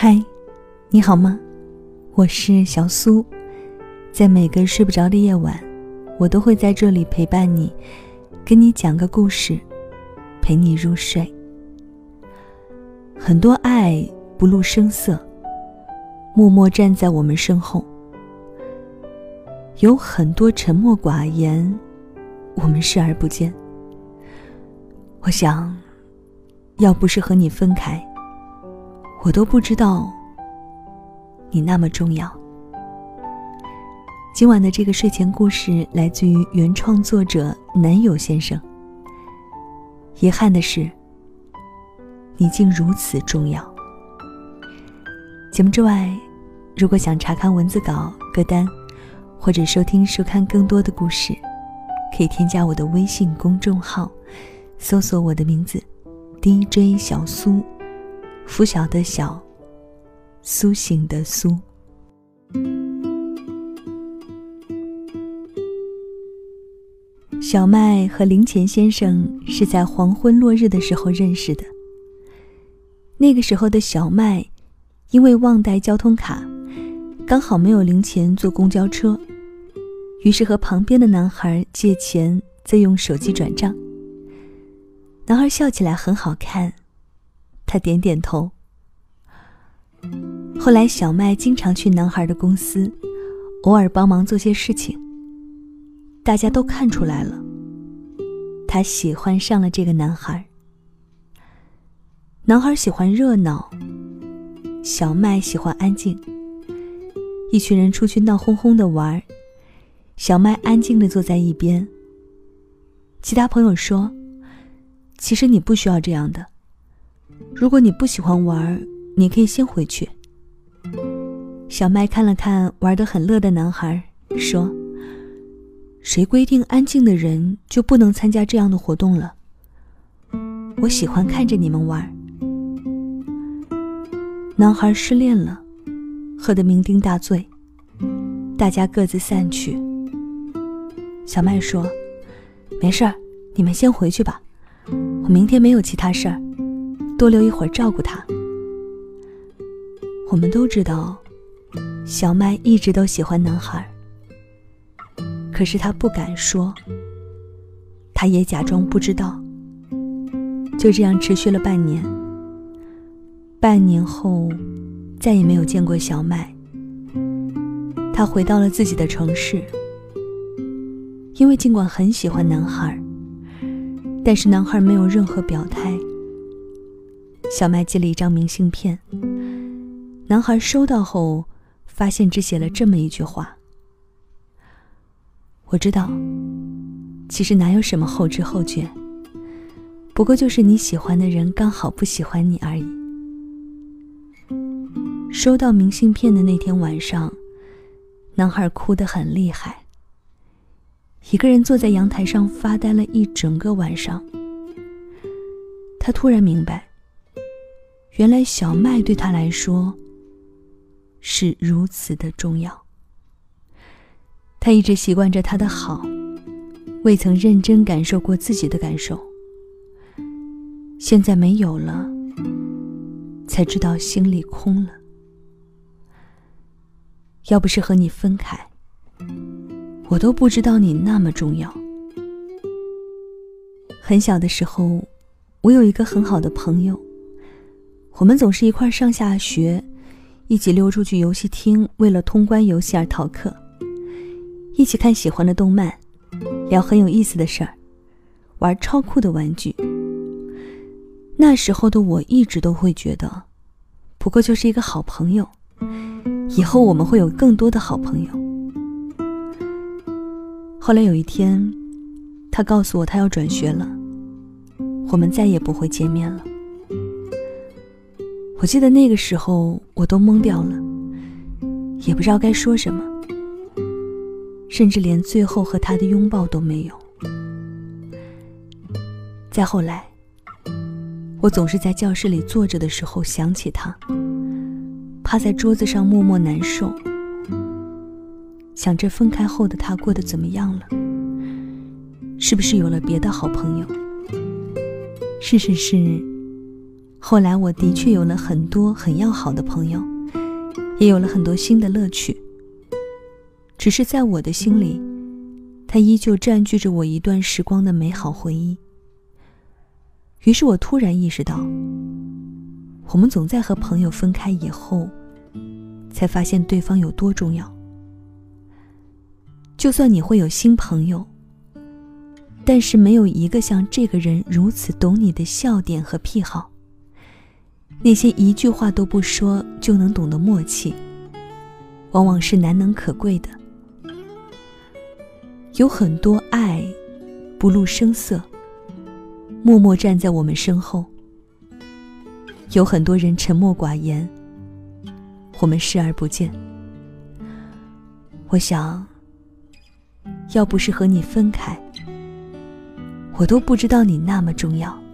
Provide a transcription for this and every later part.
嗨，你好吗？我是小苏，在每个睡不着的夜晚，我都会在这里陪伴你，跟你讲个故事，陪你入睡。很多爱不露声色，默默站在我们身后，有很多沉默寡言，我们视而不见。我想，要不是和你分开，我都不知道你那么重要。今晚的这个睡前故事来自于原创作者男友先生。遗憾的是，你竟如此重要。节目之外，如果想查看文字稿、歌单，或者收听收看更多的故事，可以添加我的微信公众号，搜索我的名字 DJ 小苏，拂晓的晓，苏醒的苏。小麦和林前先生是在黄昏落日的时候认识的。那个时候的小麦因为忘带交通卡，刚好没有零钱坐公交车，于是和旁边的男孩借钱，再用手机转账。男孩笑起来很好看，他点点头。后来小麦经常去男孩的公司，偶尔帮忙做些事情。大家都看出来了，他喜欢上了这个男孩。男孩喜欢热闹，小麦喜欢安静。一群人出去闹哄哄地玩，小麦安静地坐在一边。其他朋友说，其实你不需要这样的，如果你不喜欢玩，你可以先回去。小麦看了看玩得很乐的男孩，说，谁规定安静的人就不能参加这样的活动了？我喜欢看着你们玩。男孩失恋了，喝得酩酊大醉，大家各自散去。小麦说，没事儿，你们先回去吧，我明天没有其他事儿，多留一会儿照顾他。我们都知道，小麦一直都喜欢男孩，可是他不敢说，他也假装不知道。就这样持续了半年。半年后，再也没有见过小麦。他回到了自己的城市，因为尽管很喜欢男孩，但是男孩没有任何表态。小麦寄了一张明信片，男孩收到后，发现只写了这么一句话：我知道，其实哪有什么后知后觉，不过就是你喜欢的人刚好不喜欢你而已。收到明信片的那天晚上，男孩哭得很厉害，一个人坐在阳台上发呆了一整个晚上。他突然明白，原来小麦对他来说是如此的重要。他一直习惯着他的好，未曾认真感受过自己的感受。现在没有了，才知道心里空了。要不是和你分开，我都不知道你那么重要。很小的时候，我有一个很好的朋友，我们总是一块上下学，一起溜出去游戏厅，为了通关游戏而逃课，一起看喜欢的动漫，聊很有意思的事儿，玩超酷的玩具。那时候的我一直都会觉得，不过就是一个好朋友，以后我们会有更多的好朋友。后来有一天，他告诉我他要转学了，我们再也不会见面了。我记得那个时候我都懵掉了，也不知道该说什么，甚至连最后和他的拥抱都没有。再后来，我总是在教室里坐着的时候想起他，趴在桌子上默默难受，想着分开后的他过得怎么样了，是不是有了别的好朋友。事实是， 后来我的确有了很多很要好的朋友，也有了很多新的乐趣，只是在我的心里，它依旧占据着我一段时光的美好回忆。于是我突然意识到，我们总在和朋友分开以后，才发现对方有多重要。就算你会有新朋友，但是没有一个像这个人如此懂你的笑点和癖好，那些一句话都不说就能懂的默契，往往是难能可贵的。有很多爱不露声色，默默站在我们身后，有很多人沉默寡言，我们视而不见。我想，要不是和你分开，我都不知道你那么重要。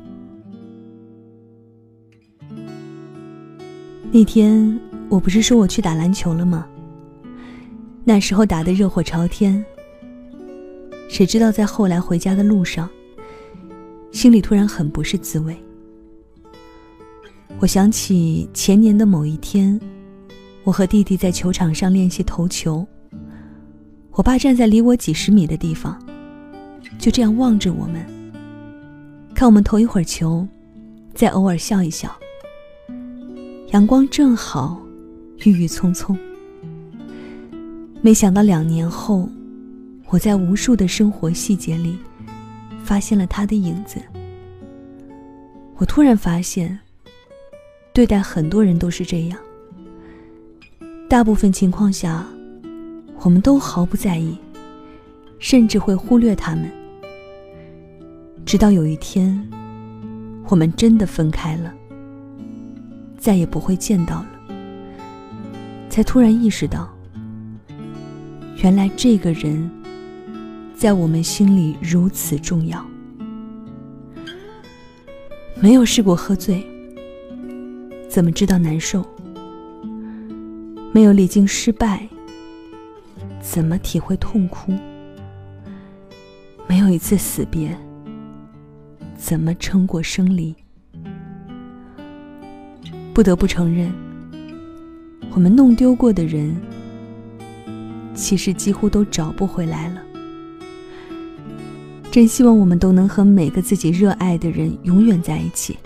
那天我不是说我去打篮球了吗？那时候打得热火朝天，谁知道在后来回家的路上，心里突然很不是滋味。我想起前年的某一天，我和弟弟在球场上练习投球，我爸站在离我几十米的地方，就这样望着我们，看我们投一会儿球，再偶尔笑一笑。阳光正好，郁郁葱葱。没想到2年后，我在无数的生活细节里发现了他的影子。我突然发现，对待很多人都是这样，大部分情况下我们都毫不在意，甚至会忽略他们，直到有一天我们真的分开了，再也不会见到了，才突然意识到，原来这个人在我们心里如此重要。没有试过喝醉，怎么知道难受？没有历经失败，怎么体会痛哭？没有一次死别，怎么撑过生离？不得不承认，我们弄丢过的人，其实几乎都找不回来了。真希望我们都能和每个自己热爱的人永远在一起。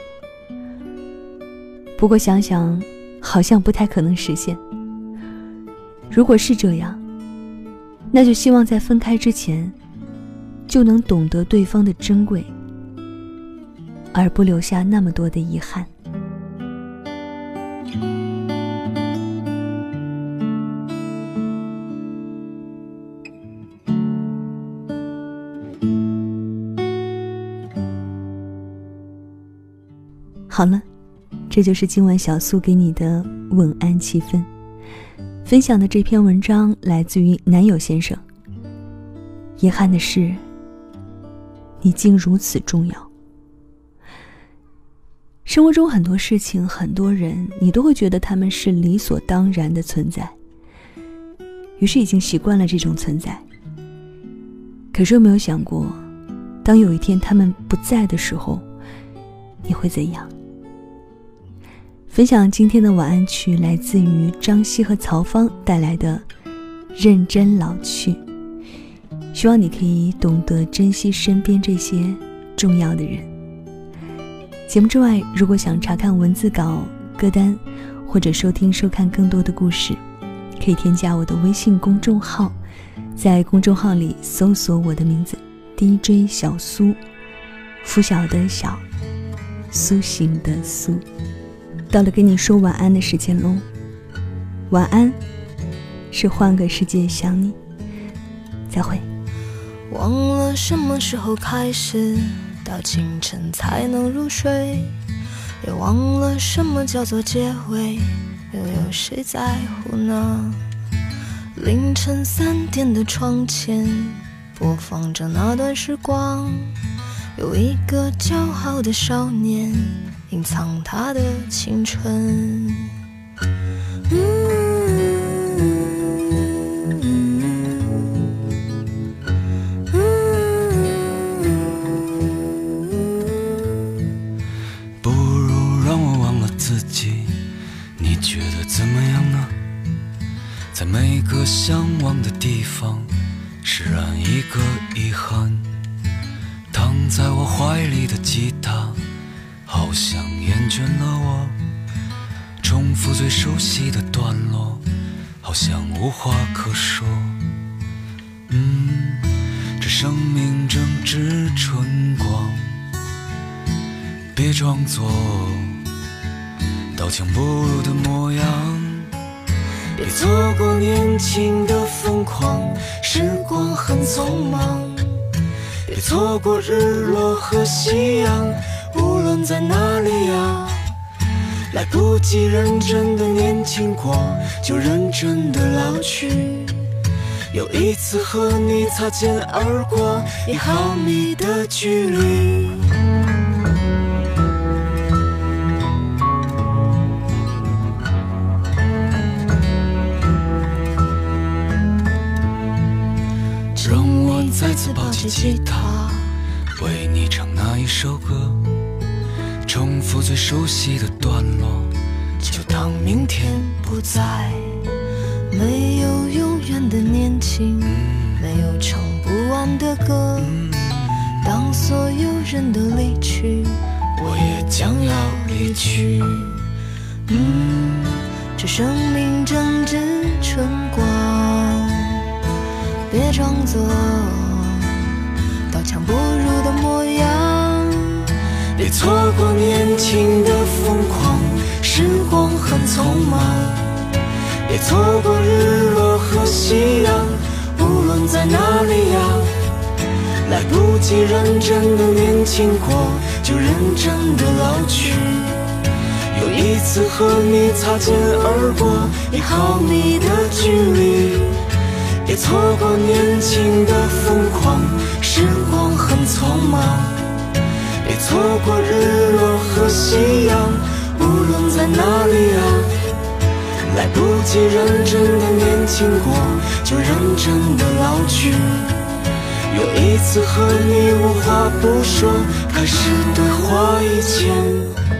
不过想想，好像不太可能实现。如果是这样，那就希望在分开之前，就能懂得对方的珍贵，而不留下那么多的遗憾。好了，这就是今晚小苏给你的晚安7分。分享的这篇文章来自于男友先生。遗憾的是，你竟如此重要。生活中很多事情，很多人，你都会觉得他们是理所当然的存在，于是已经习惯了这种存在。可是有没有想过，当有一天他们不在的时候，你会怎样？分享今天的晚安曲来自于张希和曹芳带来的《认真老去》，希望你可以懂得珍惜身边这些重要的人。节目之外，如果想查看文字稿、歌单，或者收听收看更多的故事，可以添加我的微信公众号，在公众号里搜索我的名字 DJ 小苏，拂晓的晓，苏醒的苏。到了跟你说晚安的时间喽，晚安，是换个世界想你，再会。 忘了什么时候开始，到清晨才能入睡，也忘了什么叫做结尾，又有谁在乎呢？凌晨3点的窗前，播放着那段时光，有一个骄傲的少年，隐藏他的青春。 不如让我自己，你觉得怎么样呢？在每个向往的地方释然一个遗憾，躺在我怀里的吉他好像厌倦了我，重复最熟悉的段落好像无话可说。这生命正值春光，别装作刀枪不入的模样，别错过年轻的疯狂，时光很匆忙，别错过日落和夕阳，无论在哪里啊，来不及认真的年轻过，就认真的老去。有一次和你擦肩而过，1毫米的距离。让我再次抱起吉他，为你唱那一首歌，重复最熟悉的段落，就当明天不在。 没有永远的年轻，没有唱不完的歌，当所有人都离去， 我也将要离去。 这生命正值春光，别装作刀枪不入的模样， 别错过年轻的疯狂，时光很匆忙，别错过日落和夕阳，无论在哪里啊，来不及认真的年轻过，就认真的老去。有一次和你擦肩而过，1毫米的距离，别错过年轻的疯狂，时光很匆忙，别错过日落和夕阳，无论在哪里啊，来不及认真的年轻过，就认真的老去。有一次和你无话不说，开始对话以前